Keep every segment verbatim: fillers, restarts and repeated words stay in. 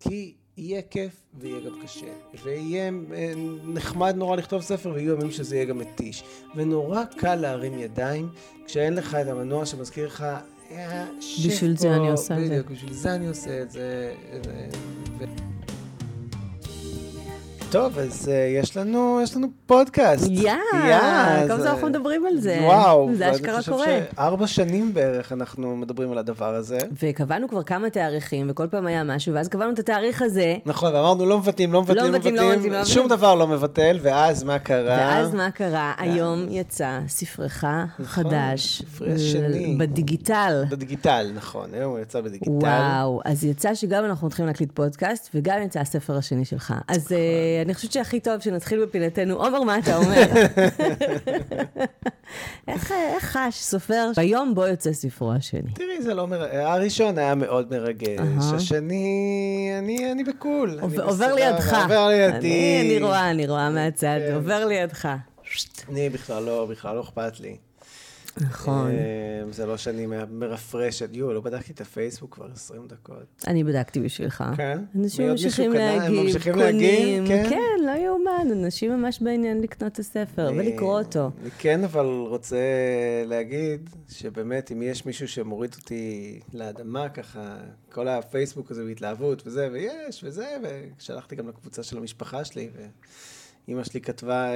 כי יהיה כיף ויהיה גם קשה, ויהיה נחמד נורא לכתוב ספר, ויהיו ימים שזה יהיה גם מתיש. ונורא קל להרים ידיים, כשאין לך את המנוע שמזכיר לך, בשביל זה אני עושה את זה. בשביל זה אני עושה את זה. טוב, אז יש לנו, יש לנו פודקאסט. יא, כמה זה אנחנו מדברים על זה. וואו. זה אשכרה קורה. אני חושב שארבע שנים בערך אנחנו מדברים על הדבר הזה. וקבענו כבר כמה תאריכים, וכל פעם היה משהו, ואז קבענו את התאריך הזה. נכון, ואמרנו לא מבטלים, לא מבטלים, לא מבטלים, שום דבר לא מבטל, ואז מה קרה? ואז מה קרה? היום יצא ספרך חדש. ספרי השני. בדיגיטל. בדיגיטל, נכון, היום הוא יצא בדיגיטל. וואו, אז יצא שגם אנחנו מתחילים להקליט פודקאסט, וגם יצא הספר השני שלך. אז אני חושבת שהכי טוב שנתחיל בפינתנו. עומר, מה אתה אומר? איך חש סופר? ביום בו יוצא ספרו השני. תראי, זה לא מרגש. הראשון היה מאוד מרגש. השני, אני בקול. עובר לידך. עובר לידי. אני רואה, אני רואה מהצד. עובר לידך. אני בכלל לא, בכלל לא אכפת לי. נכון. זה לא שאני מרפרשת. יו, לא בדקתי את הפייסבוק כבר עשרים דקות. אני בדקתי בשבילך. כן? אנשים ממשיכים להגיב, קונים. כן, לא יאומן. אנשים ממש בעניין לקנות את הספר ולקרוא אותו. אני כן, אבל רוצה להגיד שבאמת, אם יש מישהו שמוריד אותי לאדמה ככה, כל הפייסבוק הזה בהתלהבות וזה, ויש וזה, ושלחתי גם לקבוצה של המשפחה שלי, ואמא שלי כתבה...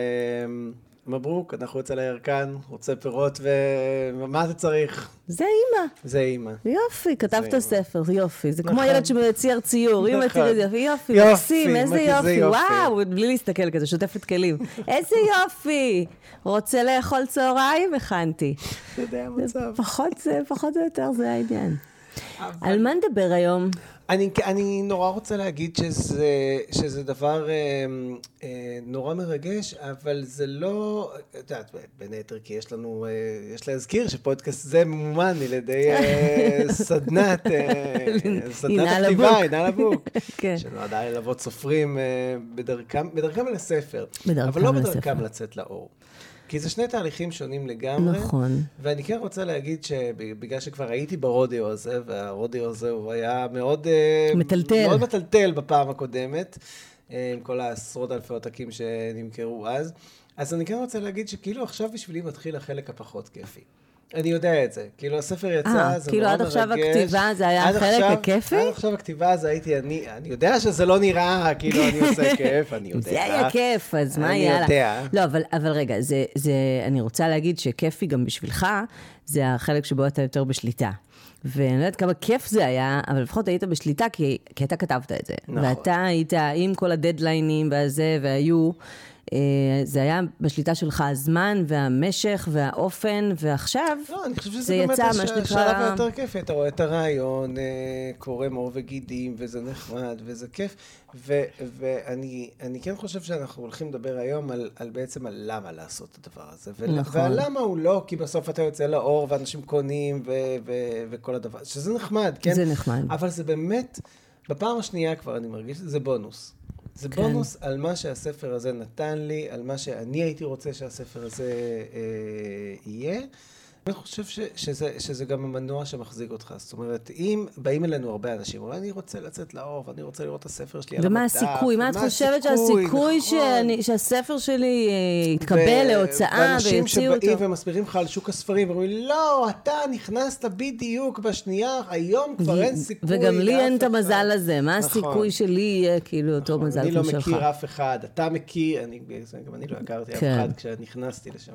מברוק, אנחנו יוצא לירקן, רוצה פירות, ומה אתה צריך? זה אימא. זה אימא. יופי, כתבת ספר, יופי. זה כמו ילד שמצייר ציור, אימא תראי, יופי, מקסים, איזה יופי, וואו, בלי להסתכל כזה, שוטפת כלים. איזה יופי, רוצה לאכול צהריים? הכנתי. זה די המצב. פחות או יותר זה העניין. על מה נדבר היום? אני, אני נורא רוצה להגיד שזה, שזה דבר אה, אה, נורא מרגש, אבל זה לא, את יודעת, בין היתר, כי יש לנו, אה, יש להזכיר שפודקאסט זה ממומן על ידי אה, סדנת, אה, סדנת הכתיבה, עינה לבוק, כן. שנועדה ללוות סופרים אה, בדרכם, בדרכם לספר, אבל לא בדרכם לצאת לאור. כי זה שני תהליכים שונים לגמרי. נכון. ואני כן רוצה להגיד שבגלל שכבר הייתי ברודיו הזה, והרודיו הזה הוא היה מאוד... מטלטל. מאוד מטלטל בפעם הקודמת, עם כל העשרות אלפי עותקים שנמכרו אז. אז אני כן רוצה להגיד שכאילו עכשיו בשבילי מתחיל החלק הפחות כיפי. אני יודע את זה. כאילו הספר יצא, זה נורא מרגש. כאילו עד עכשיו הכתיבה זה היה החלק הכיפי? עד עכשיו הכתיבה זה הייתי אני, אני יודע שזה לא נראה, כאילו אני עושה כיף, אני יודע. זה היה כיף, אז מה יאללה? אני יודע. לא, אבל, אבל רגע, זה, זה, אני רוצה להגיד שכיפי גם בשבילך, זה החלק שבו אתה יותר בשליטה. ואני לא יודעת כמה כיף זה היה, אבל לפחות היית בשליטה, כי, כי אתה כתבת את זה. נכון. ואתה היית עם כל הדדליינים והזה, והיו... זה היה בשליטה שלך הזמן והמשך והאופן, ועכשיו לא, אני חושב שזה באמת השלב היותר כיף. אתה רואה את הרעיון, קורא מור וגידים, וזה נחמד, וזה כיף. ואני כן חושב שאנחנו הולכים לדבר היום על בעצם על למה לעשות את הדבר הזה. ולמה הוא לא, כי בסוף אתה יוצא לאור, ואנשים קונים, וכל הדבר. שזה נחמד, כן? זה נחמד. אבל זה באמת, בפעם השנייה כבר אני מרגיש, זה בונוס. זה כן. בונוס על מה שהספר הזה נתן לי, על מה שאני הייתי רוצה שהספר הזה אה, יהיה. אני חושב ש, שזה, שזה גם המנוע שמחזיק אותך. זאת אומרת, אם באים אלינו הרבה אנשים, אבל אני רוצה לצאת לאור, ואני רוצה לראות את הספר שלי על המדף. ומה הסיכוי? מה את חושבת שהסיכוי נכון. שאני, שהספר שלי יתקבל להוצאה ויוציאו אותו? ואנשים שבאים ומסבירים לך על שוק הספרים, ואומרים, לא, אתה נכנסת בדיוק בשנייה, היום כבר אין סיכוי. וגם לי אין את המזל הזה. מה הסיכוי שלי יהיה כאילו אותו מזל כמו שלך? אני לא מכיר אף אחד. אתה מכיר, גם אני לא הכרתי אף אחד כשנכנסתי לשם.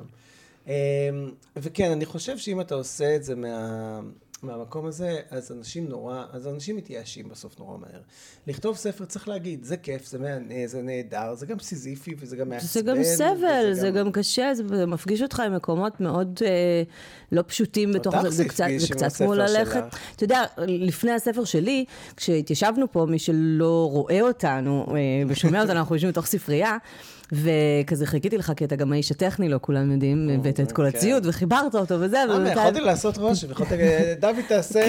וכן, אני חושב שאם אתה עושה את זה מה, מהמקום הזה, אז אנשים נורא, אז אנשים מתייאשים בסוף נורא מהר. לכתוב ספר צריך להגיד, זה כיף, זה מהנה, זה נהדר, זה גם סיזיפי וזה גם מעצבן. זה גם סבל, זה גם קשה, זה מפגיש אותך עם מקומות מאוד לא פשוטים בתוך זה, זה קצת כמו ללכת. אתה יודע, לפני הספר שלי, כשהתיישבנו פה, מי שלא רואה אותנו ושומע אותנו, אנחנו יושבים בתוך ספרייה, וכזה חיכיתי לך, כי אתה גם האיש הטכני, לא כולם יודעים, הבאת את כל הציוד, וחיברת אותו וזה. אה, יכולתי לעשות ראש, ויכולתי, דוד תעשה...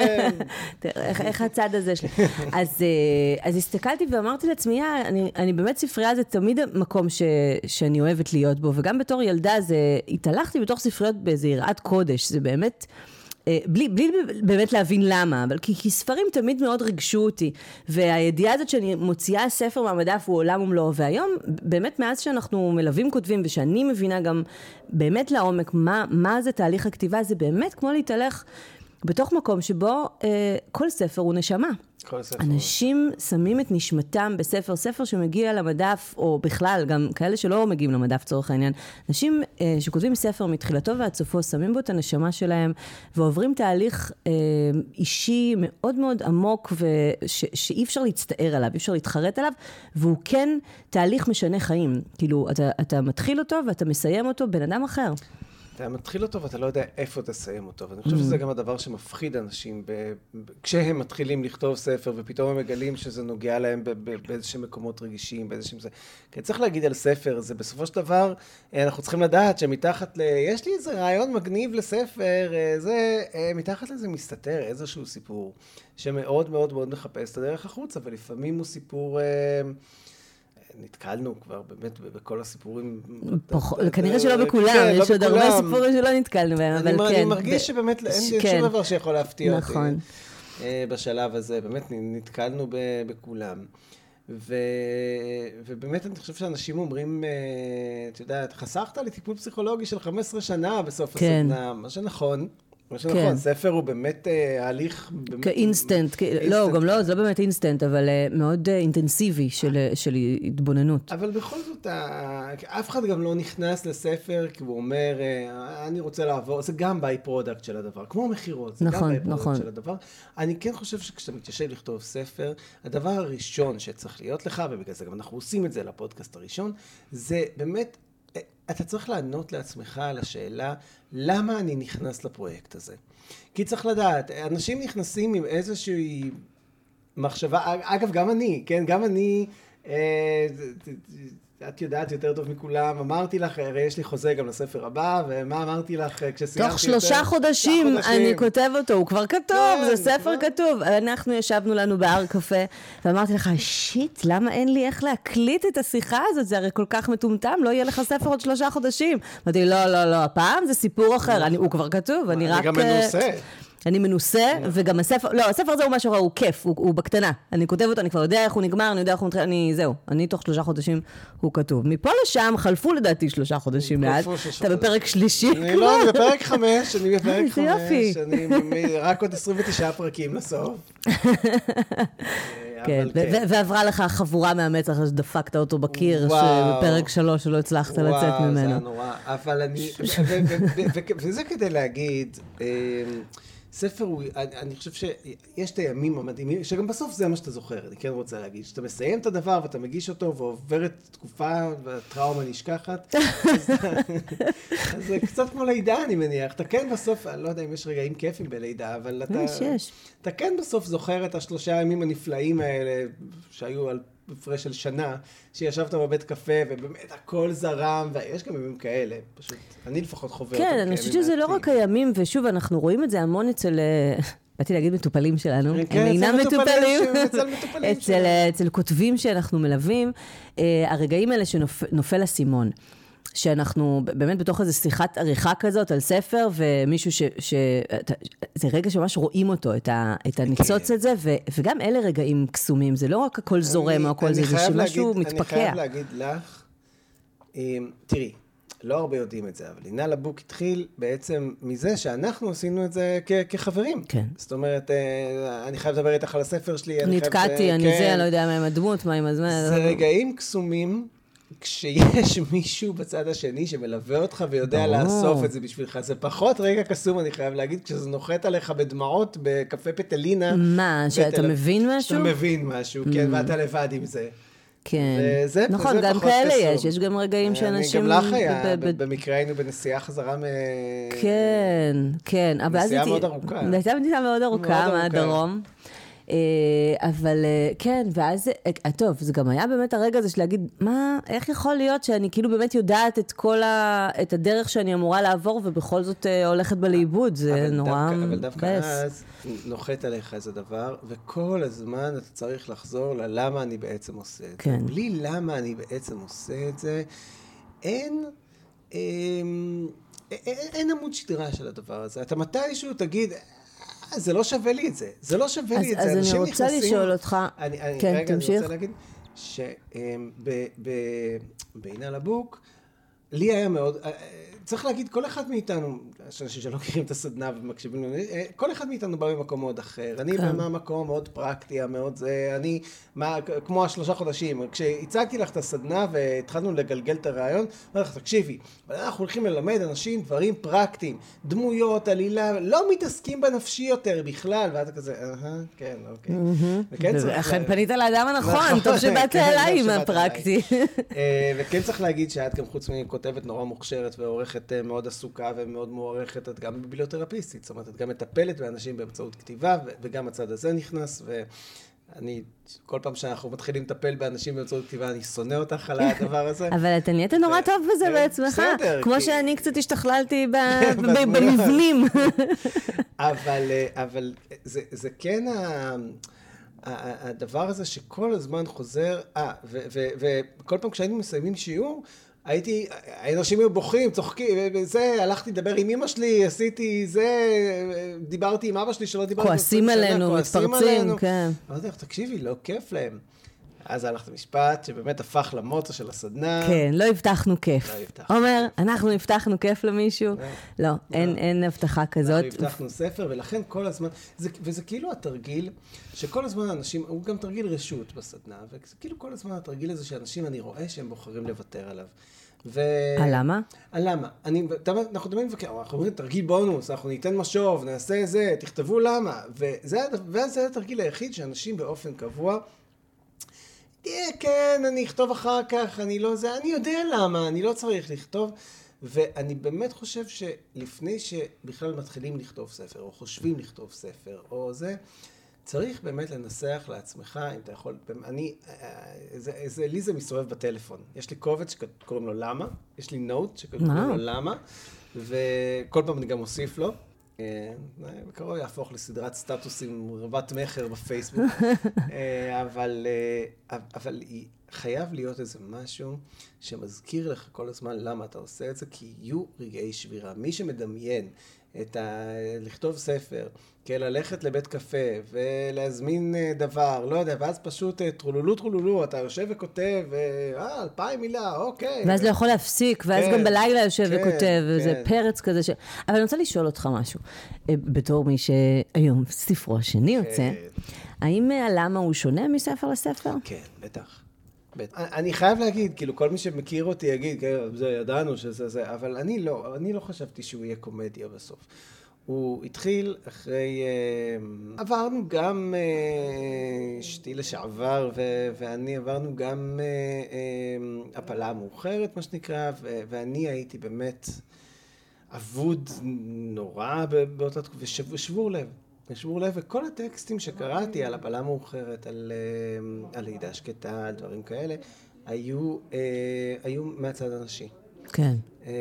איך הצד הזה שלי? אז הסתכלתי ואמרתי לעצמי, אני באמת ספרייה, זה תמיד מקום שאני אוהבת להיות בו, וגם בתור ילדה, התהלכתי בתוך ספריות באיזו יראת קודש, זה באמת... בלי, בלי באמת להבין למה, אבל כי, כי ספרים תמיד מאוד ריגשו אותי, והידיעה הזאת שאני מוציאה ספר מהמדף הוא עולם ומלואו, והיום באמת מאז שאנחנו מלווים כותבים, ושאני מבינה גם באמת לעומק מה, מה זה תהליך הכתיבה, זה באמת כמו להתהלך בתוך מקום שבו אה, כל ספר הוא נשמה. אנשים שמים את נשמתם בספר, ספר שמגיע למדף, או בכלל, גם כאלה שלא מגיעים למדף צורך העניין, אנשים אה, שכותבים ספר מתחילתו ועד סופו, שמים בו את הנשמה שלהם, ועוברים תהליך אה, אישי מאוד מאוד עמוק, וש, שאי אפשר להצטער עליו, אי אפשר להתחרט עליו, והוא כן תהליך משנה חיים. כאילו, אתה, אתה מתחיל אותו ואתה מסיים אותו בן אדם אחר. אתה מתחיל אותו ואתה לא יודע איפה תסיים אותו, ואני חושב שזה גם הדבר שמפחיד אנשים כשהם מתחילים לכתוב ספר, ופתאום הם מגלים שזה נוגע להם באיזשהם מקומות רגישים, באיזשהם זה. כי צריך להגיד על ספר, זה בסופו של דבר, אנחנו צריכים לדעת שמתחת ל... יש לי איזה רעיון מגניב לספר, זה, מתחת לזה מסתתר איזשהו סיפור, שמאוד מאוד מאוד מחפש את הדרך החוצה, ולפעמים הוא סיפור... נתקלנו כבר באמת בכל הסיפורים. כנראה שלא בכולם, יש עוד הרבה סיפורים שלא נתקלנו בהם, אבל כן. אני מרגיש שבאמת אין שום דבר שיכול להפתיע אותי בשלב הזה, באמת נתקלנו בכולם. ובאמת אני חושב שאנשים אומרים, את יודעת, חסכת לי טיפול פסיכולוגי של חמש עשרה שנה בסוף הסדנה, מה שנכון. מה שנכון, ספר הוא באמת הליך... כאינסטנט, לא, גם לא, זה לא באמת אינסטנט, אבל מאוד אינטנסיבי של התבוננות. אבל בכל זאת, אף אחד גם לא נכנס לספר, כי הוא אומר, אני רוצה לעבור, זה גם ביי פרודקט של הדבר, כמו מחירות, זה גם ביי פרודקט של הדבר. אני כן חושב שכשאתה מתיישב לכתוב ספר, הדבר הראשון שצריך להיות לך, ובגלל זה גם אנחנו עושים את זה לפודקאסט הראשון, זה באמת... אתה צריך לענות לעצמך על השאלה, למה אני נכנס לפרויקט הזה? כי צריך לדעת, אנשים נכנסים עם איזושהי מחשבה, אגב, גם אני, כן, גם אני, אה, את יודעת יותר טוב מכולם, אמרתי לך, הרי יש לי חוזה גם לספר הבא, ומה אמרתי לך כשסיימתי תוך שלושה חודשים אני כותב אותו, הוא כבר כתוב, זה ספר כתוב. אנחנו ישבנו לנו בהר קפה, ואמרתי לך, שיט, למה אין לי איך להקליט את השיחה הזאת? זה הרי כל כך מטומטם, לא יהיה לך ספר עוד שלושה חודשים. אמרתי, לא, לא, לא, הפעם זה סיפור אחר, הוא כבר כתוב, אני רק... אני גם מנוסה. אני מנוסה, וגם הספר, לא, הספר הזה הוא משהו, הוא כיף, הוא, הוא בקטנה. אני כותב אותו, אני כבר יודע איך הוא נגמר, אני יודע איך הוא מתחיל, אני, זהו, אני תוך שלושה חודשים הוא כתוב. מפה לשם חלפו לדעתי שלושה חודשים מאז. אתה בפרק שלישי כבר. אני לא, אני בפרק חמש, אני בפרק חמש, אני רק עוד עשרים ותשעה פרקים לסוף. כן, ועברה לך חבורה מהמצח שדפקת אותו בקיר, שבפרק שלוש שלא הצלחת לצאת ממנו. וואו, זה נורא. אבל אני, וזה כדי להגיד, ספר הוא, אני, אני חושב שיש את הימים המדהימים, שגם בסוף זה מה שאתה זוכר, אני כן רוצה להגיד, שאתה מסיים את הדבר ואתה מגיש אותו ועוברת תקופה והטראומה נשכחת, אז, אז זה קצת כמו לידה אני מניח, אתה כן בסוף, אני לא יודע אם יש רגעים כיפים בלידה, אבל אתה, אתה כן בסוף זוכר את השלושה הימים הנפלאים האלה שהיו על הפרש של שנה, שישבת בבית קפה, ובאמת הכל זרם, ויש גם ימים כאלה, פשוט, אני לפחות חווה אותם. כן, אני חושבת שזה לא רק הימים, ושוב, אנחנו רואים את זה המון אצל, באתי להגיד מטופלים שלנו, הם אינם מטופלים, אצל כותבים שאנחנו מלווים, הרגעים האלה שנופל הסימון. שאנחנו באמת בתוך איזו שיחת עריכה כזאת על ספר, ומישהו ש... ש... זה רגע שממש רואים אותו, את, ה... את הניצוץ okay. הזה, ו... וגם אלה רגעים קסומים, זה לא רק הכל זורם אני, או הכל זה, זה שמשהו מתפקע. אני חייב להגיד לך, תראי, לא הרבה יודעים את זה, אבל לינה לבוק התחיל בעצם מזה שאנחנו עשינו את זה כ... כחברים. כן. זאת אומרת, אני חייב לדבר איתך על הספר שלי. נתקעתי, אני כן. זה, אני לא יודע מה עם הדמות, מה עם הזמן. זה רגעים קסומים, כשיש מישהו בצד השני שמלווה אותך ויודע לאסוף את זה בשבילך, זה פחות רגע קסום, אני חייב להגיד, כשזה נוחת עליך בדמעות בקפה פטלינה. מה, שאתה מבין משהו? שאתה מבין משהו, כן, ואתה לבד עם זה. כן, נכון, גם כאלה יש, יש גם רגעים שאנשים... גם לך היה, במקרה היינו בנסיעה חזרה מ... כן, כן. נסיעה מאוד ארוכה. הייתה נסיעה מאוד ארוכה מהדרום. אבל כן, ואז, טוב, זה גם היה באמת הרגע הזה של להגיד, מה, איך יכול להיות שאני כאילו באמת יודעת את כל ה... את הדרך שאני אמורה לעבור, ובכל זאת הולכת בלאיבוד, זה נורא... אבל דווקא אז נוחת עליך איזה דבר, וכל הזמן אתה צריך לחזור ללמה אני בעצם עושה את זה. בלי למה אני בעצם עושה את זה, אין... אין עמוד שדרה של הדבר הזה. אתה מתישהו תגיד, זה לא שווה לי את זה. זה לא שווה לי את זה. אז אני רוצה לשאול אותך. כן, תמשיך. אני רוצה להגיד שבעינה לבוק, לי היה מאוד, צריך להגיד, כל אחד מאיתנו, יש אנשים שלא מכירים את הסדנה ומקשיבים לנו, כל אחד מאיתנו בא במקום מאוד אחר. אני בא מהמקום מאוד פרקטי, מאוד זה, אני, כמו השלושה חודשים, כשהצגתי לך את הסדנה והתחלנו לגלגל את הרעיון, אמרתי לך, תקשיבי, אנחנו הולכים ללמד אנשים דברים פרקטיים, דמויות, עלילה, לא מתעסקים בנפשי יותר בכלל, ואז כזה, אהה, כן, אוקיי. וכן פנית לאדם הנכון, טוב שבאת אליי עם הפרקטי. וכן צריך להגיד שאת גם חוץ מכותבת נורא מוכשרת ועורכת מאוד עסוקה ומאוד מוערכת, את גם ביבליותרפיסטית, זאת אומרת, את גם מטפלת באנשים באמצעות כתיבה, וגם הצד הזה נכנס, ואני, כל פעם שאנחנו מתחילים לטפל באנשים באמצעות כתיבה, אני שונא אותך על הדבר הזה. אבל אתה נהיית נורא טוב בזה בעצמך, כמו שאני קצת השתכללתי במבנים. אבל זה כן הדבר הזה שכל הזמן חוזר, אה, וכל פעם כשהיינו מסיימים שיעור, הייתי, האנשים היו בוכים, צוחקים, וזה, הלכתי לדבר עם אמא שלי, עשיתי זה, דיברתי עם אבא שלי שלא דיברתי. כועסים עלינו, מתפרצים, כן. אמרתי לך, תקשיבי, לא כיף להם. אז הלכת למשפט שבאמת הפך למוטו של הסדנה. כן, לא הבטחנו כיף. עומר, אנחנו הבטחנו כיף למישהו? לא, אין הבטחה כזאת. אנחנו הבטחנו ספר, ולכן כל הזמן, וזה כאילו התרגיל, שכל הזמן האנשים, הוא גם תרגיל רשות בסדנה, וכאילו כל הזמן התרגיל הזה שאנשים, אני רואה שהם בוחרים לוותר עליו. הלמה? הלמה. אנחנו תמיד מבקר, אנחנו אומרים, תרגיל בונוס, אנחנו ניתן משוב, נעשה זה, תכתבו למה. וזה התרגיל היחיד שאנשים באופן קבוע, כן, אני אכתוב אחר כך, אני לא זה, אני יודע למה, אני לא צריך לכתוב. ואני באמת חושב שלפני שבכלל מתחילים לכתוב ספר, או חושבים לכתוב ספר, או זה, צריך באמת לנסח לעצמך, אם אתה יכול, אני, זה, זה, לי זה מסתובב בטלפון. יש לי קובץ שקוראים לו למה, יש לי נוט שקוראים לו למה, וכל פעם אני גם מוסיף לו. בקרוב יהפוך לסדרת סטטוסים רבת מחר בפייסבוק, אבל, אבל חייב להיות איזה משהו שמזכיר לך כל הזמן למה אתה עושה את זה, כי יהיו רגעי שבירה. מי שמדמיין את ה... לכתוב ספר, כללכת לבית קפה ולהזמין דבר, לא יודע, ואז פשוט טרולולו טרולולו, אתה יושב וכותב, אה, אלפיים מילה, אוקיי. ואז לא יכול להפסיק, ואז גם בלילה יושב וכותב, וזה פרץ כזה ש... אבל אני רוצה לשאול אותך משהו, בתור מי שהיום ספרו השני יוצא, האם הלמה הוא שונה מספר לספר? כן, בטח. אני חייב להגיד, כאילו, כל מי שמכיר אותי יגיד, כן, זה ידענו שזה זה, אבל אני לא, אני לא חשבתי שהוא יהיה קומדיה בסוף. הוא התחיל אחרי, עברנו גם אשתי לשעבר, ואני עברנו גם הפלה המאוחרת, מה שנקרא, ואני הייתי באמת אבוד נורא באותה תקופה, ושבור לב. שבור לב, וכל הטקסטים שקראתי על הפלה מאוחרת, על, על לידה שקטה, על דברים כאלה, היו, היו מהצד הנשי. כן.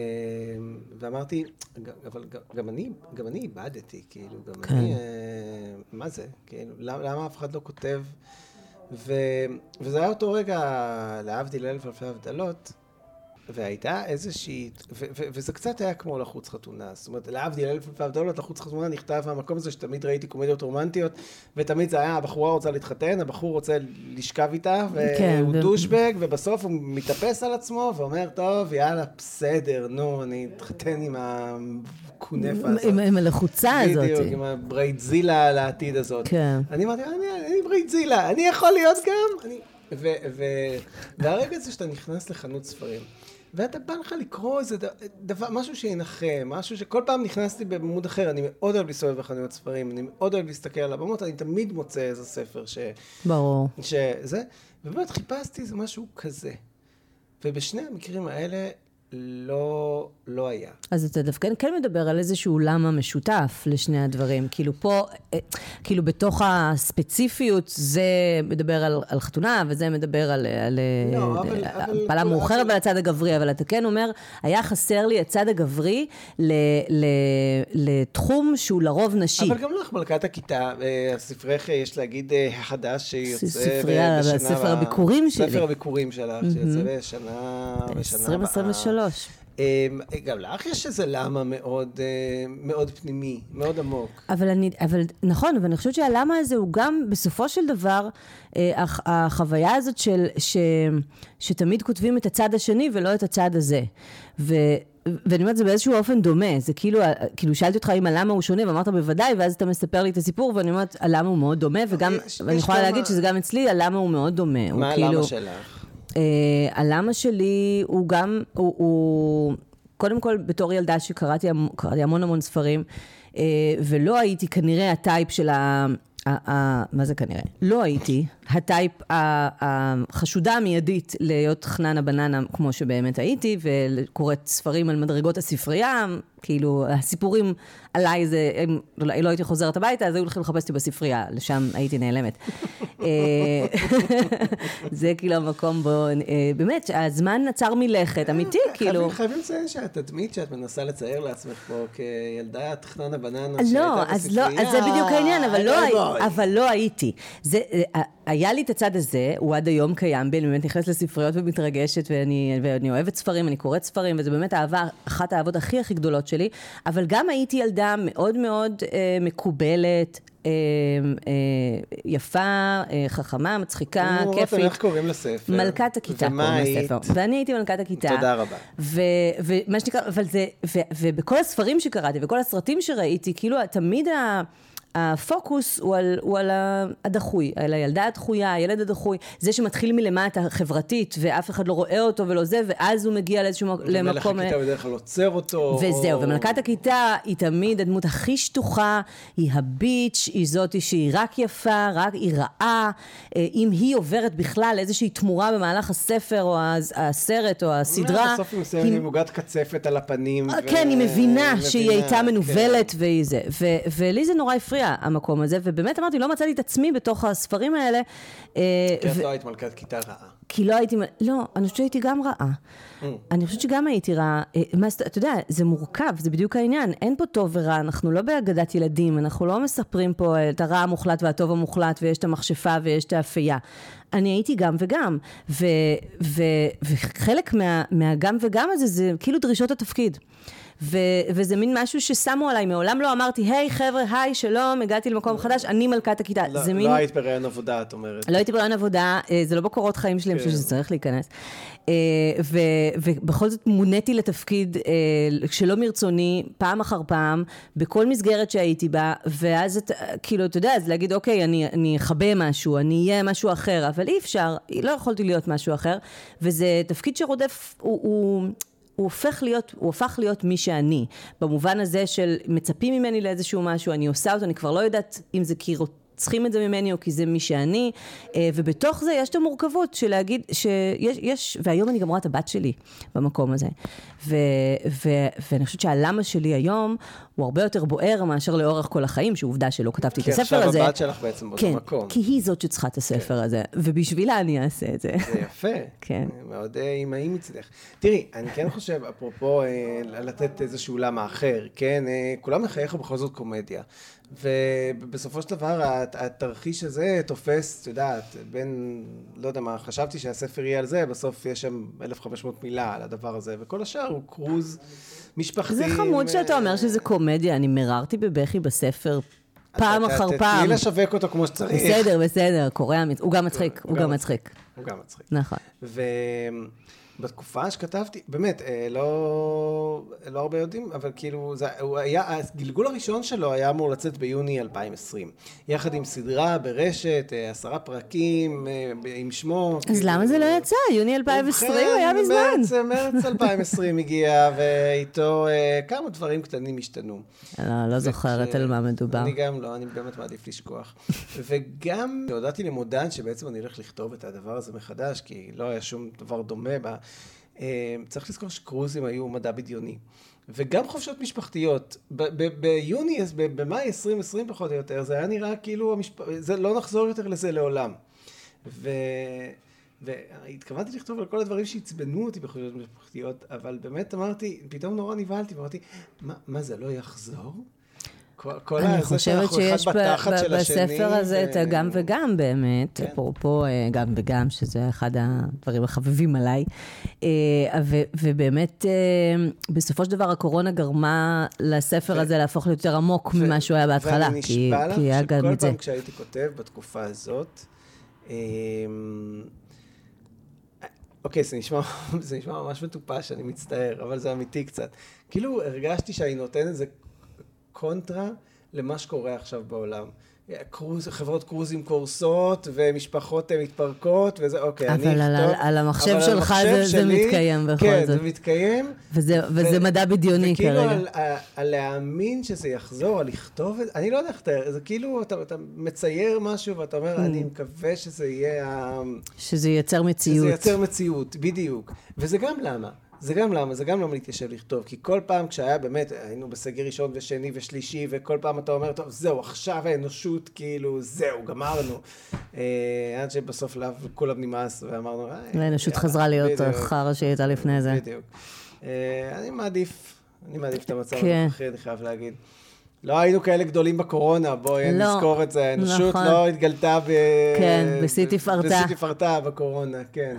ואמרתי, אבל גם אני, גם אני איבדתי, כאילו, גם כן. אני, מה זה? כאילו, למה, למה אף אחד לא כותב? ו, וזה היה אותו רגע, להבדיל אלף אלפי הבדלות, והייתה איזושהי, ו- ו- וזה קצת היה כמו לחוץ חתונה, זאת אומרת, להבדיל אלף אלפי הבדלות, לחוץ חתונה נכתב מהמקום הזה שתמיד ראיתי קומדיות רומנטיות, ותמיד זה היה, הבחורה רוצה להתחתן, הבחור רוצה לשכב איתה, והוא כן, דושבג, ו... ובסוף הוא מתאפס על עצמו, ואומר, טוב, יאללה, בסדר, נו, אני אתחתן עם הכונף הזאת. עם, עם הלחוצה הזאת. בדיוק, עם הברייטזילה לעתיד הזאת. כן. אני אמרתי, אני, אני ברייטזילה, אני יכול להיות גם, אני... ו- ו- והרגע הזה שאתה נכנס לחנות ספרים, ואתה בא לך לקרוא איזה דבר, משהו שינחם, משהו שכל פעם נכנסתי בממוד אחר, אני מאוד אוהב לסובב בחנויות ספרים, אני מאוד אוהב להסתכל על הבמות, אני תמיד מוצא איזה ספר ש... ברור. שזה, ובאמת חיפשתי איזה משהו כזה. ובשני המקרים האלה לא, לא היה. אז אתה דווקא כן מדבר על איזשהו למה משותף לשני הדברים. כאילו פה, כאילו בתוך הספציפיות, זה מדבר על, על חתונה, וזה מדבר על, על, לא, אבל, אבל, פעלה מאוחרת אבל... ועל הצד הגברי, אבל אתה כן אומר, היה חסר לי הצד הגברי ל, ל, לתחום שהוא לרוב נשי. אבל גם לך, מלכת הכיתה, הספרך, יש להגיד, החדש שיוצא ספרייה, בשנה... ספר הביקורים שלי. ספר הביקורים שלך, שיוצא בשנה... עשרים עשרים ושלוש. ושלוש. גם לך יש איזה למה מאוד, מאוד פנימי, מאוד עמוק. אבל אני, אבל נכון, אבל אני חושבת שהלמה הזה הוא גם בסופו של דבר, החוויה הזאת של, ש, שתמיד כותבים את הצד השני ולא את הצד הזה. ו, ואני אומרת, זה באיזשהו אופן דומה, זה כאילו, כאילו שאלתי אותך אם הלמה הוא שונה, ואמרת בוודאי, ואז אתה מספר לי את הסיפור, ואני אומרת, הלמה הוא מאוד דומה, וגם, ואני יכולה להגיד שזה גם אצלי, הלמה הוא מאוד דומה. מה הלמה שלך? הלמה שלי הוא גם, הוא, קודם כל בתור ילדה שקראתי המון המון ספרים, ולא הייתי כנראה הטייפ של ה... מה זה כנראה? לא הייתי הטייפ החשודה המיידית להיות חננה בננה כמו שבאמת הייתי, וקוראת ספרים על מדרגות הספרייה, כאילו הסיפורים עליי זה, לא הייתי חוזרת הביתה, אז היו הולכים לחפש אותי בספרייה, לשם הייתי נעלמת. זה כאילו המקום בו, באמת, הזמן נצר מלכת, אמיתי, כאילו. חייבים לציין שהתדמית שאת מנסה לצייר לעצמך פה כילדה תכננה בננה לא, אז לא, אז זה בדיוק העניין, אבל לא הייתי. היה לי את הצד הזה, הוא עד היום קיים בי, אני באמת נכנסת לספריות ומתרגשת, ואני אוהבת ספרים, אני קוראת ספרים, וזה באמת אהבה, אחת האהבות הכי הכי גדולות שלי, אבל גם הייתי ילדה מאוד מאוד מקובלת, יפה, חכמה, מצחיקה, כיפית. איך קוראים לספר? מלכת הכיתה קוראים לספר. ואני הייתי מלכת הכיתה. תודה רבה. ומה שנקרא, אבל זה, ובכל הספרים שקראתי, וכל הסרטים שראיתי, כאילו תמיד ה... הפוקוס הוא על, הוא על הדחוי, על הילדה הדחויה, הילד הדחוי, זה שמתחיל מלמטה חברתית, ואף אחד לא רואה אותו ולא זה, ואז הוא מגיע לאיזשהו למקום... ומלך הכיתה בדרך כלל עוצר אותו. וזהו, או... ומלכת הכיתה היא תמיד הדמות הכי שטוחה, היא הביץ', היא זאת שהיא רק יפה, רק היא רעה, אם היא עוברת בכלל איזושהי תמורה במהלך הספר, או הסרט, או הסדרה... בסוף היא מסיימת עם מוגת קצפת על הפנים. כן, היא מבינה שהיא הייתה מנובלת, והיא זה. ולי זה נורא הפריע. המקום הזה, ובאמת אמרתי, לא מצאתי את עצמי בתוך הספרים האלה. כי את לא היית מלכת כיתה רעה. כי לא הייתי, לא, אני חושבת שהייתי גם רעה. אני חושבת שגם הייתי רעה. אתה יודע, זה מורכב, זה בדיוק העניין. אין פה טוב ורע, אנחנו לא באגדת ילדים, אנחנו לא מספרים פה את הרע המוחלט והטוב המוחלט, ויש את המכשפה ויש את האפייה. אני הייתי גם וגם. וחלק מהגם וגם הזה, זה כאילו דרישות התפקיד. ו- וזה מין משהו ששמו עליי, מעולם לא אמרתי, היי חבר'ה, היי, שלום, הגעתי למקום חדש, אני מלכת הכיתה. לא, זה לא מין... היית ברעיון עבודה, את אומרת. לא הייתי ברעיון עבודה, זה לא בקורות חיים שלי, אני חושבת שזה צריך להיכנס. ו- ובכל זאת מוניתי לתפקיד שלא מרצוני, פעם אחר פעם, בכל מסגרת שהייתי בה, ואז את, כאילו, אתה יודע, אז להגיד, אוקיי, אני, אני אחבא משהו, אני אהיה משהו אחר, אבל אי אפשר, לא יכולתי להיות משהו אחר, וזה תפקיד שרודף, הוא... הוא הוא הופך להיות, הוא הופך להיות מי שאני, במובן הזה של מצפים ממני לאיזשהו משהו, אני עושה אותו, אני כבר לא יודעת אם זה כי צריכים את זה ממני או כי זה מי שאני, ובתוך זה יש את המורכבות של להגיד שיש, יש, והיום אני גם רואה את הבת שלי במקום הזה, ו, ו, ואני חושבת שהלמה שלי היום הוא הרבה יותר בוער מאשר לאורך כל החיים, שעובדה שלא כתבתי את הספר הזה. כי עכשיו הבת שלך בעצם באותו כן, מקום. כי היא זאת שצריכה את הספר כן. הזה, ובשבילה אני אעשה את זה. זה יפה. כן. מאוד אימאי מצדך. תראי, אני כן חושב, אפרופו לתת איזשהו למה אחר, כן? כולם מחייך בכל זאת קומדיה. ובסופו של דבר, התרחיש הזה תופס, את יודעת, בין, לא יודע מה, חשבתי שהספר יהיה על זה, בסוף יש שם אלף וחמש מאות מילה על הדבר הזה, וכל השאר הוא קרוז משפחתי. זה חמוד שאתה אומר שזה קומדיה, אני מררתי בבכי בספר פעם אחר פעם. תתני לשווק אותו כמו שצריך. בסדר, בסדר, קורא, הוא גם מצחיק, הוא גם מצחיק. הוא גם מצחיק. נכון. בתקופה שכתבתי, באמת, לא, לא הרבה יודעים, אבל כאילו, זה, הוא היה, הגלגול הראשון שלו היה אמור לצאת ביוני אלפיים ועשרים. יחד עם סדרה ברשת, עשרה פרקים, עם שמו. אז כאילו, למה זה לא יצא? יוני אלפיים ועשרים היה מזמן. מרץ, מרץ אלפיים ועשרים הגיע, ואיתו כמה דברים קטנים השתנו. לא, לא זוכרת על מה מדובר. אני גם לא, אני באמת מעדיף לשכוח. וגם הודעתי למודן שבעצם אני הולך לכתוב את הדבר הזה מחדש, כי לא היה שום דבר דומה בה. צריך לזכור שקרוזים היו מדע בדיוני. וגם חופשות משפחתיות. ביוני, במאי עשרים עשרים פחות או יותר, זה היה נראה כאילו, זה לא נחזור יותר לזה לעולם. והתכוונתי לכתוב על כל הדברים שהצבנו אותי בחופשות משפחתיות, אבל באמת אמרתי, פתאום נורא נבהלתי, ואמרתי, מה זה לא יחזור? אני חושבת שיש בספר הזה את הגם וגם באמת, אפרופו גם וגם, שזה אחד הדברים החביבים עליי, ובאמת בסופו של דבר הקורונה גרמה לספר הזה להפוך ליותר עמוק ממה שהוא היה בהתחלה. ואני נשבע לך שכל פעם כשהייתי כותב בתקופה הזאת, אוקיי, זה נשמע, זה נשמע ממש מטופש, אני מצטער, אבל זה אמיתי קצת. כאילו הרגשתי שאני נותן איזה קונטרה למה שקורה עכשיו בעולם. קרוז, חברות קרוזים קורסות, ומשפחות מתפרקות, וזה, אוקיי, אני אכתוב. אבל על המחשב שלך זה מתקיים בכל זאת. כן, זה מתקיים. וזה מדע בדיוני כרגע. וכאילו על להאמין שזה יחזור, על לכתוב, אני לא יודע איך, זה כאילו, אתה מצייר משהו, ואתה אומר, אני מקווה שזה יהיה... שזה ייצר מציאות. שזה ייצר מציאות, בדיוק. וזה גם למה. זה גם למה, זה גם למה להתיישב לכתוב, כי כל פעם כשהיה באמת, היינו בסגר ראשון ושני ושלישי, וכל פעם אתה אומר, טוב, זהו, עכשיו האנושות, כאילו, זהו, גמרנו. עד שבסוף כולם נמאס, ואמרנו, האנושות חזרה להיות חרא שהייתה לפני זה. בדיוק. אני מעדיף, אני מעדיף את המצב הנוכחי, אני חייב להגיד. לא היינו כאלה גדולים בקורונה, בואי נזכור את זה, האנושות לא התגלתה ב... כן, בשיא תפארתה. בשיא תפארתה בקורונה, כן.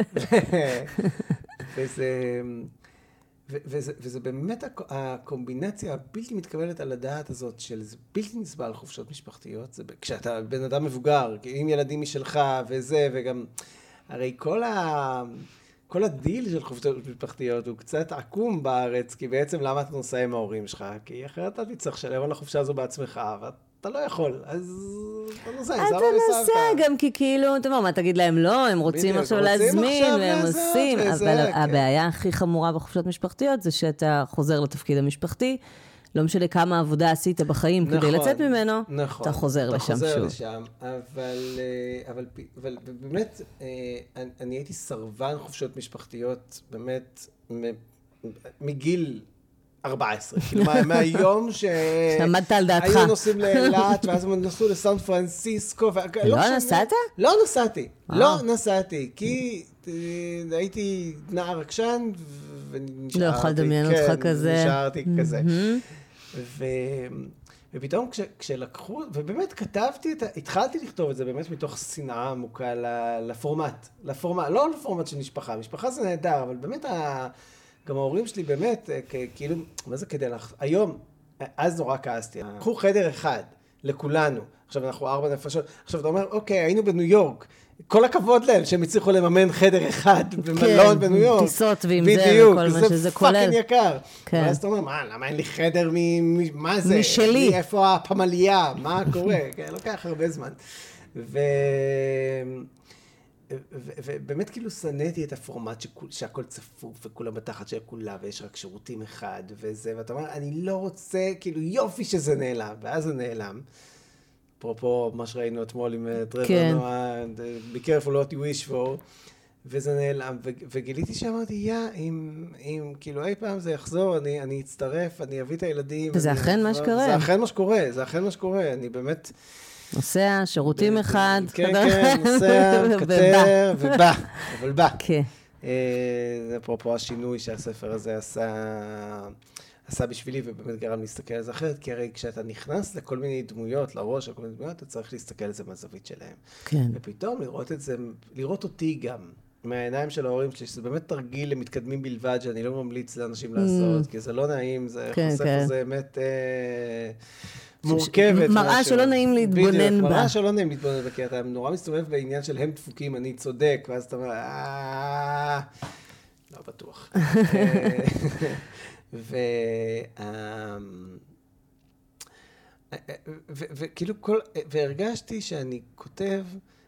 וזה, וזה, וזה באמת הקומבינציה הבלתי מתקבלת על הדעת הזאת של זה בלתי נסבל חופשות משפחתיות, זה כשאתה בן אדם מבוגר, עם ילדים משלך וזה, וגם, הרי כל ה... כל הדיל של חופשות משפחתיות הוא קצת עקום בארץ, כי בעצם למה אתה נוסע עם ההורים שלך? כי אחרת אתה תצטרך שלם על החופשה הזו בעצמך, ואתה לא יכול, אז אתה נוסע עם סבא וסבתא. אתה נוסע גם כי כאילו, אתה אומר, מה תגיד להם לא, הם רוצים עכשיו להזמין, והם עושים, אבל הבעיה הכי חמורה בחופשות משפחתיות זה שאתה חוזר לתפקיד המשפחתי, לא משנה כמה עבודה עשית בחיים נכון, כדי לצאת ממנו, נכון, אתה חוזר אתה לשם חוזר שוב. לשם, אבל, אבל, אבל באמת, אני הייתי סרבן חופשות משפחתיות, באמת, מגיל ארבע עשרה, כאילו מהיום ש... שעמדת על דעתך. היו נוסעים לאילת, ואז הם נסעו לסן פרנסיסקו. לא נסעת? לא נסעתי, לא נסעתי, כי הייתי נער עקשן, ונשארתי... לא יכול לדמיין אותך כזה. נשארתי כזה. ו... ופתאום כש, כשלקחו, ובאמת כתבתי את ה... התחלתי לכתוב את זה באמת מתוך שנאה עמוקה לפורמט, לפורמט, לא לפורמט של משפחה, משפחה זה נהדר, אבל באמת ה... גם ההורים שלי באמת, כאילו, מה זה כדי לך? היום, אז נורא כעסתי, קחו חדר אחד לכולנו, עכשיו אנחנו ארבע נפשות, עכשיו אתה אומר, אוקיי, היינו בניו יורק, כל הכבוד להם שהם הצליחו לממן חדר אחד במלון בניו יורק. כן, טיסות ועם זה וכל מה שזה כולל. זה פאקינג יקר. ואז אתה אומר, מה, למה אין לי חדר מ... מה זה? משלי. איפה הפמליה? מה קורה? לוקח הרבה זמן. ו... ובאמת כאילו סניתי את הפורמט שהכל צפוף וכולם בתחת של כולה ויש רק שירותים אחד וזה, ואתה אומר, אני לא רוצה, כאילו יופי שזה נעלם, ואז זה נעלם. אפרופו מה שראינו אתמול עם טרבר נועה, be careful what you wish for, וזה נעלם, וגיליתי שאמרתי, יא, אם כאילו אי פעם זה יחזור, אני אצטרף, אני אביא את הילדים. וזה אכן מה שקורה. זה אכן מה שקורה, זה אכן מה שקורה, אני באמת... נוסע, שירותים אחד. כן, כן, נוסע, קטר, ובא, אבל בא. כן. זה אפרופו השינוי שהספר הזה עשה... עשה בשבילי, ובאמת גרם להסתכל על זה אחרת, כי הרי כשאתה נכנס לכל מיני דמויות, לראש, לכל מיני דמויות, אתה צריך להסתכל על זה מהזווית שלהם. כן. ופתאום לראות את זה, לראות אותי גם, מהעיניים של ההורים שלי, שזה באמת תרגיל למתקדמים בלבד, שאני לא ממליץ לאנשים לעשות, כי זה לא נעים, זה חושף לזה באמת מורכבת. מראה שלא נעים להתבונן בה. מראה שלא נעים להתבונן בה, כי אתה נורא מסתובב בעניין של הם דפוקים, אני צודק, ואז אתה אומר, אה, לא בטוח. ו... וכאילו כל... והרגשתי שאני כותב,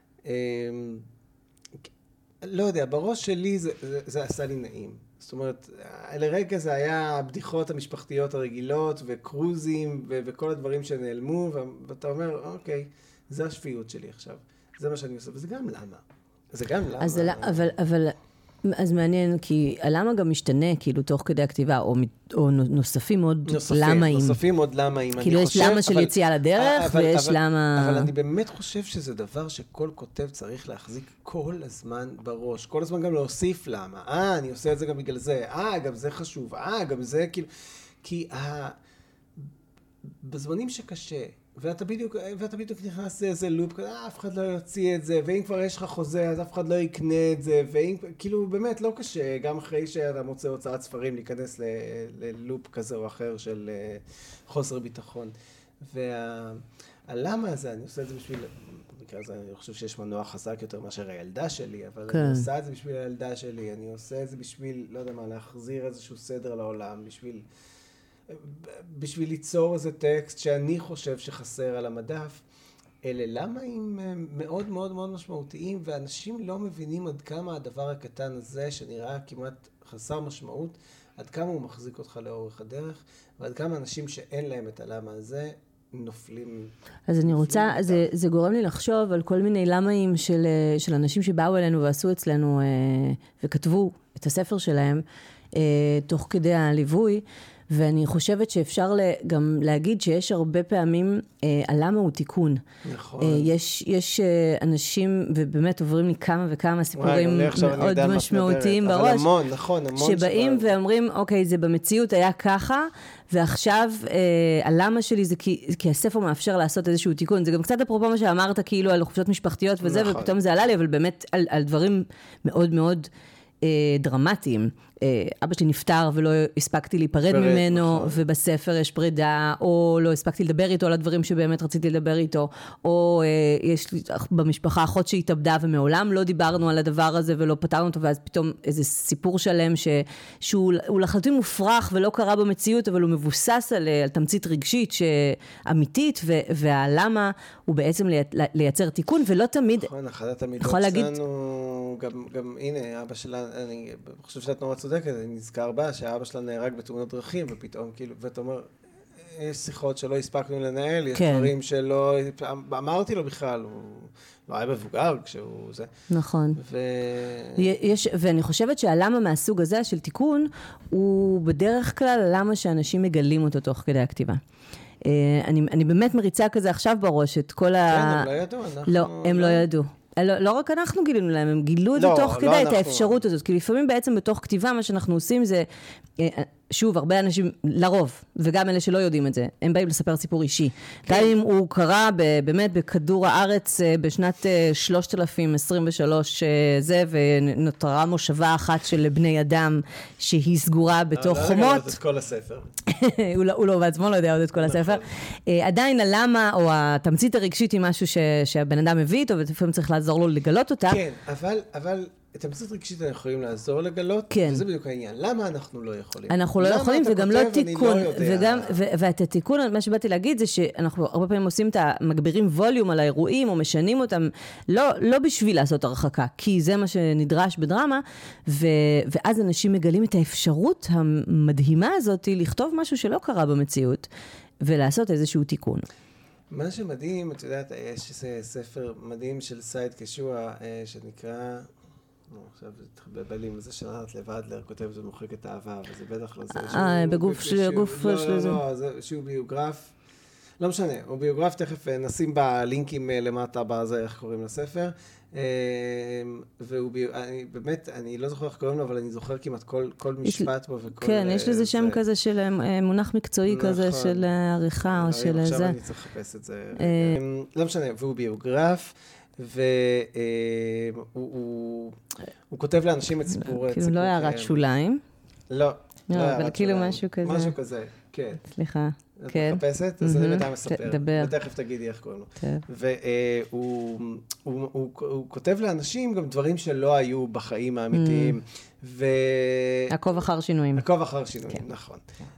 לא יודע, בראש שלי זה, זה, זה עשה לי נעים. זאת אומרת, לרגע זה היה הבדיחות המשפחתיות הרגילות וקרוזים ו- וכל הדברים שנעלמו, ואתה אומר, אוקיי, זה השפיות שלי עכשיו. זה מה שאני עושה, וזה גם למה. זה גם למה. אז אבל... אבל... אז מעניין, כי הלמה גם משתנה, כאילו, תוך כדי הכתיבה, או, או נוספים עוד נוספים, למאים. נוספים עוד למאים. כאילו, יש למה של יציאה לדרך, אבל, ויש אבל, למה... אבל אני באמת חושב שזה דבר שכל כותב צריך להחזיק כל הזמן בראש. כל הזמן גם להוסיף למה. אה, אני עושה את זה גם בגלל זה. אה, גם זה חשוב. אה, גם זה כאילו... כי ה... בזמנים שקשה, ואתה בדיוק, ואתה בדיוק נכנס לאיזה לופ, אף אחד לא יוציא את זה, ואם כבר יש לך חוזה, אז אף אחד לא יקנה את זה, ואם, כאילו, באמת לא קשה, גם אחרי שאתה מוצא הוצאת ספרים, להיכנס ל, ללופ כזה או אחר של חוסר ביטחון. והלמה הזה, אני עושה את זה בשביל, במקרה הזה אני חושב שיש מנוע חזק יותר מאשר הילדה שלי, אבל כן. אני עושה את זה בשביל הילדה שלי, אני עושה את זה בשביל, לא יודע מה, להחזיר איזשהו סדר לעולם, בשביל... בשביל ליצור איזה טקסט שאני חושב שחסר על המדף, אלה למה הם מאוד מאוד מאוד משמעותיים, ואנשים לא מבינים עד כמה הדבר הקטן הזה, שנראה כמעט חסר משמעות, עד כמה הוא מחזיק אותך לאורך הדרך, ועד כמה אנשים שאין להם את הלמה הזה, נופלים. אז אני רוצה, זה, זה גורם לי לחשוב על כל מיני למאים של, של אנשים שבאו אלינו ועשו אצלנו, וכתבו את הספר שלהם, תוך כדי הליווי, ואני חושבת שאפשר גם להגיד שיש הרבה פעמים, אה, הלמה הוא תיקון. נכון. אה, יש, יש אה, אנשים, ובאמת עוברים לי כמה וכמה סיפורים מאוד משמעותיים בראש. אבל המון, נכון, המון. שבאים שבא... ואומרים, אוקיי, זה במציאות היה ככה, ועכשיו אה, הלמה שלי זה כי, כי הספר מאפשר לעשות איזשהו תיקון. זה גם קצת אפרופו מה שאמרת, כאילו על חופשות משפחתיות וזה, נכון. ופתאום זה עלה לי, אבל באמת על, על דברים מאוד מאוד אה, דרמטיים. אבא שלי נפטר ולא הספקתי להיפרד ממנו, נכון. ובספר יש פרידה, או לא הספקתי לדבר איתו על הדברים שבאמת רציתי לדבר איתו, או אה, יש לי במשפחה אחות שהתאבדה ומעולם לא דיברנו על הדבר הזה ולא פתרנו אותו, ואז פתאום איזה סיפור שלם ש, שהוא לחלוטין מופרך ולא קרה במציאות, אבל הוא מבוסס על, על תמצית רגשית אמיתית, ו, והלמה הוא בעצם לייצר תיקון, ולא תמיד... נכון, אחת התמידות שלנו, גם, גם הנה, אבא שלה, אני חושב שאת נורא צודקת, אני נזכר בה שהאבא שלה נהרג בתאונות דרכים, ופתאום כאילו, ואתה אומר, יש שיחות שלא הספקנו לנהל, יש כן. דברים שלא, אמרתי לו בכלל, הוא לא היה מבוגר כשהוא זה. נכון. ו... יש, ואני חושבת שהלמה מהסוג הזה של תיקון, הוא בדרך כלל למה שאנשים מגלים אותו תוך כדי הכתיבה. אני, אני באמת מריצה כזה עכשיו בראש את כל ה... כן, הם לא ידעו, אנחנו... לא, הם לא, לא ידעו. לא, לא רק אנחנו גילינו להם, הם גילו את זה לא, תוך לא כדי, אנחנו... את האפשרות הזאת, כי לפעמים בעצם בתוך כתיבה מה שאנחנו עושים זה, שוב, הרבה אנשים, לרוב, וגם אלה שלא יודעים את זה, הם באים לספר סיפור אישי. כן. גם אם הוא קרה באמת בכדור הארץ בשנת שלושת אלפים עשרים ושלוש זה, ונותרה מושבה אחת של בני אדם שהיא סגורה בתוך לא, חומות. לא יודע עוד את כל הספר. הוא, לא, הוא לא בעצמו לא יודע עוד את כל הספר. עדיין הלמה או התמצית הרגשית היא משהו ש, שהבן אדם מביא איתו, ולפעמים צריך לעזור לו לגלות אותה. כן, אבל... אבל... את המצאת רגשית אנחנו יכולים לעזור לגלות, כן. וזה בדיוק העניין. למה אנחנו לא יכולים? אנחנו לא יכולים, וגם לא תיקון. וגם, ו- ואת התיקון, מה שבאתי להגיד זה שאנחנו הרבה פעמים עושים את המגבירים ווליום על האירועים, או משנים אותם, לא, לא בשביל לעשות הרחקה, כי זה מה שנדרש בדרמה, ו- ואז אנשים מגלים את האפשרות המדהימה הזאת, לכתוב משהו שלא קרה במציאות, ולעשות איזשהו תיקון. מה שמדהים, את יודעת, יש איזה ספר מדהים של סייד קשוע, שנקרא... עכשיו תחבבל לי עם זה שנעת לבדלר, כותב את זה מוחקת אהבה, וזה בטח לא זה. אה, בגוף של זה. לא, לא, זה שהוא ביוגרף, לא משנה, הוא ביוגרף, תכף נשים בלינקים למטה בזה, איך קוראים לספר, והוא באמת, אני לא זוכר איך קוראים לו, אבל אני זוכר כמעט כל משפט בו וכל... כן, יש לזה שם כזה של מונח מקצועי כזה של עריכה או של זה. עכשיו אני צריך לחפש את זה. לא משנה, והוא ביוגרף, והוא כותב לאנשים את סיפור... כאילו לא הערת שוליים. לא, לא אבל כאילו משהו כזה. משהו כזה, כן. סליחה, כן. את מחפשת? אז אני בינתיים מספר. דבר. ותכף תגידי איך קוראים לו. והוא כותב לאנשים גם דברים שלא היו בחיים האמיתיים. עקוב אחר שינויים. עקוב אחר שינויים, נכון.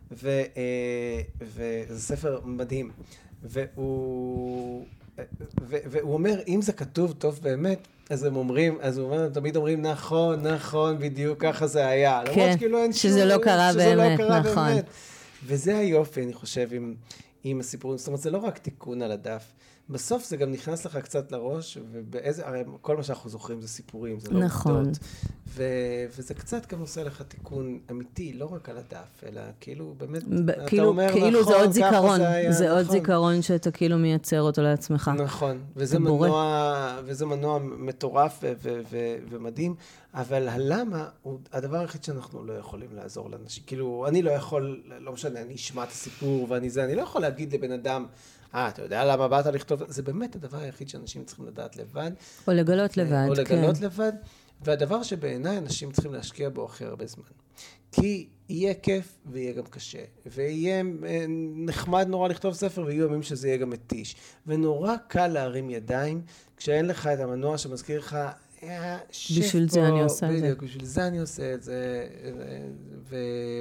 וזה ספר מדהים. והוא... והוא אומר, אם זה כתוב טוב באמת, אז הם אומרים, אז הוא אומר, תמיד אומרים, נכון, נכון, בדיוק ככה זה היה. כן, שזה לא קרה באמת, נכון. וזה היופי, אני חושב, עם הסיפורים. זאת אומרת, זה לא רק תיקון על הדף. בסוף זה גם נכנס לך קצת לראש, ובאיזה, הרי כל מה שאנחנו זוכרים זה סיפורים, זה לא נכון. עובדות. ו, וזה קצת גם עושה לך תיקון אמיתי, לא רק על הדף, אלא כאילו באמת, ב- אתה כאילו, אומר, כאילו נכון, זה עוד זיכרון, זה, היה, זה נכון. עוד זיכרון שאתה כאילו מייצר אותו לעצמך. נכון, וזה מנוע, וזה מנוע מטורף ו- ו- ו- ומדהים, אבל הלמה הוא הדבר היחיד שאנחנו לא יכולים לעזור לאנשים. כאילו, אני לא יכול, לא משנה, אני אשמע את הסיפור ואני זה, אני לא יכול להגיד לבן אדם, אה, אתה יודע למה באת לכתוב? זה באמת הדבר היחיד שאנשים צריכים לדעת לבד. או לגלות לבד, או לגלות כן. לבד, והדבר שבעיניי אנשים צריכים להשקיע בו הכי הרבה זמן. כי יהיה כיף ויהיה גם קשה, ויהיה נחמד נורא לכתוב ספר, ויהיו ימים שזה יהיה גם מתיש. ונורא קל להרים ידיים, כשאין לך את המנוע שמזכיר לך, בשביל זה אני עושה את זה. בדיוק, בשביל זה אני עושה את זה. ו...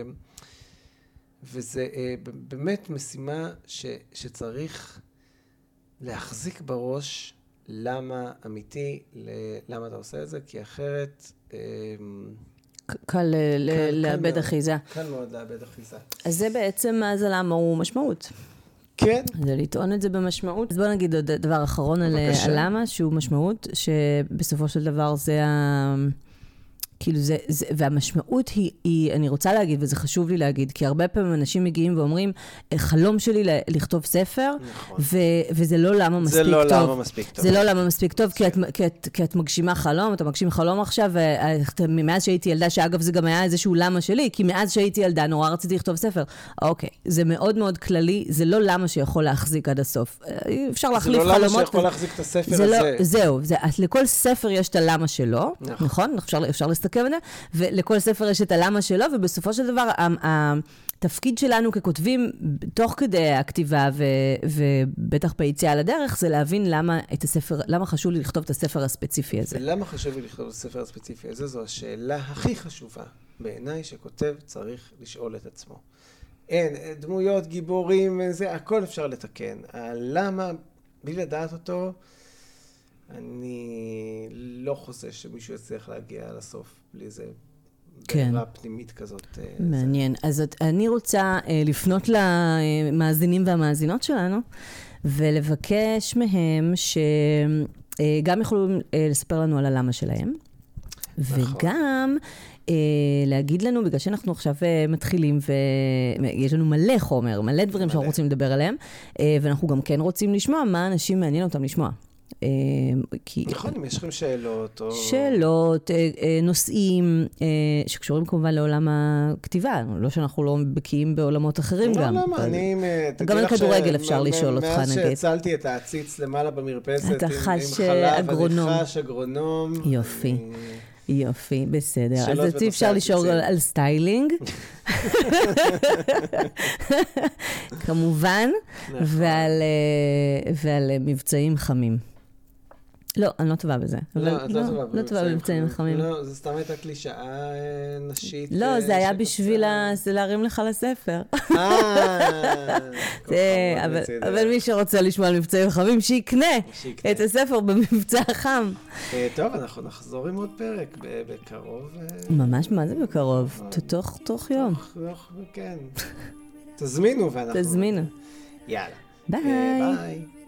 וזה באמת משימה ש... שצריך להחזיק בראש למה אמיתי, למה אתה עושה את זה, כי אחרת... קל לאבד אחיזה. קל מאוד לאבד אחיזה. אז זה בעצם מה זה למה הוא משמעות. כן. זה לטעון את זה במשמעות. אז בוא נגיד עוד דבר אחרון על למה, שהוא משמעות, שבסופו של דבר זה ה... כאילו זה, זה, והמשמעות היא, היא, אני רוצה להגיד, וזה חשוב לי להגיד, כי הרבה פעמים אנשים מגיעים ואומרים, חלום שלי לכתוב ספר, נכון. ו, וזה לא למה מספיק טוב. זה לא למה מספיק טוב. זה לא למה מספיק טוב, כי את, כי את, כי את מגשימה חלום, אתה מגשים חלום עכשיו, ומאז שהייתי ילדה, שאגב זה גם היה איזשהו למה שלי, כי מאז שהייתי ילדה, נורא רציתי לכתוב ספר. אוקיי, זה מאוד מאוד כללי, זה לא למה שיכול להחזיק עד הסוף. אפשר להחליף חלומות. זה לא למה שיכול להחזיק את הספר הזה. לא, זהו, זה, לכל ספר יש את הלמה שלו, נכון? נכון? אפשר, אפשר להסתכל בזה, ולכל ספר יש את הלמה שלו, ובסופו של דבר, התפקיד שלנו ככותבים, תוך כדי הכתיבה, ו, ובטח ביציאה לדרך, זה להבין למה את הספר, למה חשוב לי לכתוב את הספר הספציפי הזה. ולמה חשוב לי לכתוב את הספר הספציפי הזה? זו השאלה הכי חשובה, בעיניי שכותב צריך לשאול את עצמו. אין, דמויות, גיבורים, זה, הכל אפשר לתקן. למה, בלי לדעת אותו, אני לא חושש שמישהו יצליח להגיע לסוף בלי זה. כן. בעירה פנימית כזאת. מעניין. אז אני רוצה לפנות למאזינים והמאזינות שלנו, ולבקש מהם שגם יכולו לספר לנו על הלמה שלהם, וגם להגיד לנו, בגלל שאנחנו עכשיו מתחילים, ויש לנו מלא חומר, מלא דברים שאנחנו רוצים לדבר עליהם, ואנחנו גם כן רוצים לשמוע מה אנשים מעניין אותם לשמוע. נכון, אם יש לכם שאלות או... שאלות, נושאים שקשורים כמובן לעולם הכתיבה, לא שאנחנו לא בקיאים בעולמות אחרים גם. לא, למה, אני... גם על כדורגל אפשר לשאול אותך, נגיד. מאז שהצלתי את העציץ למעלה במרפסת, אתה חש אגרונום. אני חש אגרונום. יופי. יופי, בסדר. אז אפשר לשאול על סטיילינג. כמובן, ועל מבצעים חמים. לא, אני לא טובה בזה. לא, את לא טובה. לא טובה במבצעים חמים. לא, זה סתם הייתה קלישאה נשית. לא, זה היה בשביל להרים לך לספר. אבל מי שרוצה לשמוע על מבצעים חמים, שיקנה את הספר במבצע חם. טוב, אנחנו נחזור עם עוד פרק בקרוב. ממש, מה זה בקרוב? תוך יום. כן. תזמינו ואנחנו... תזמינו. יאללה. ביי. ביי.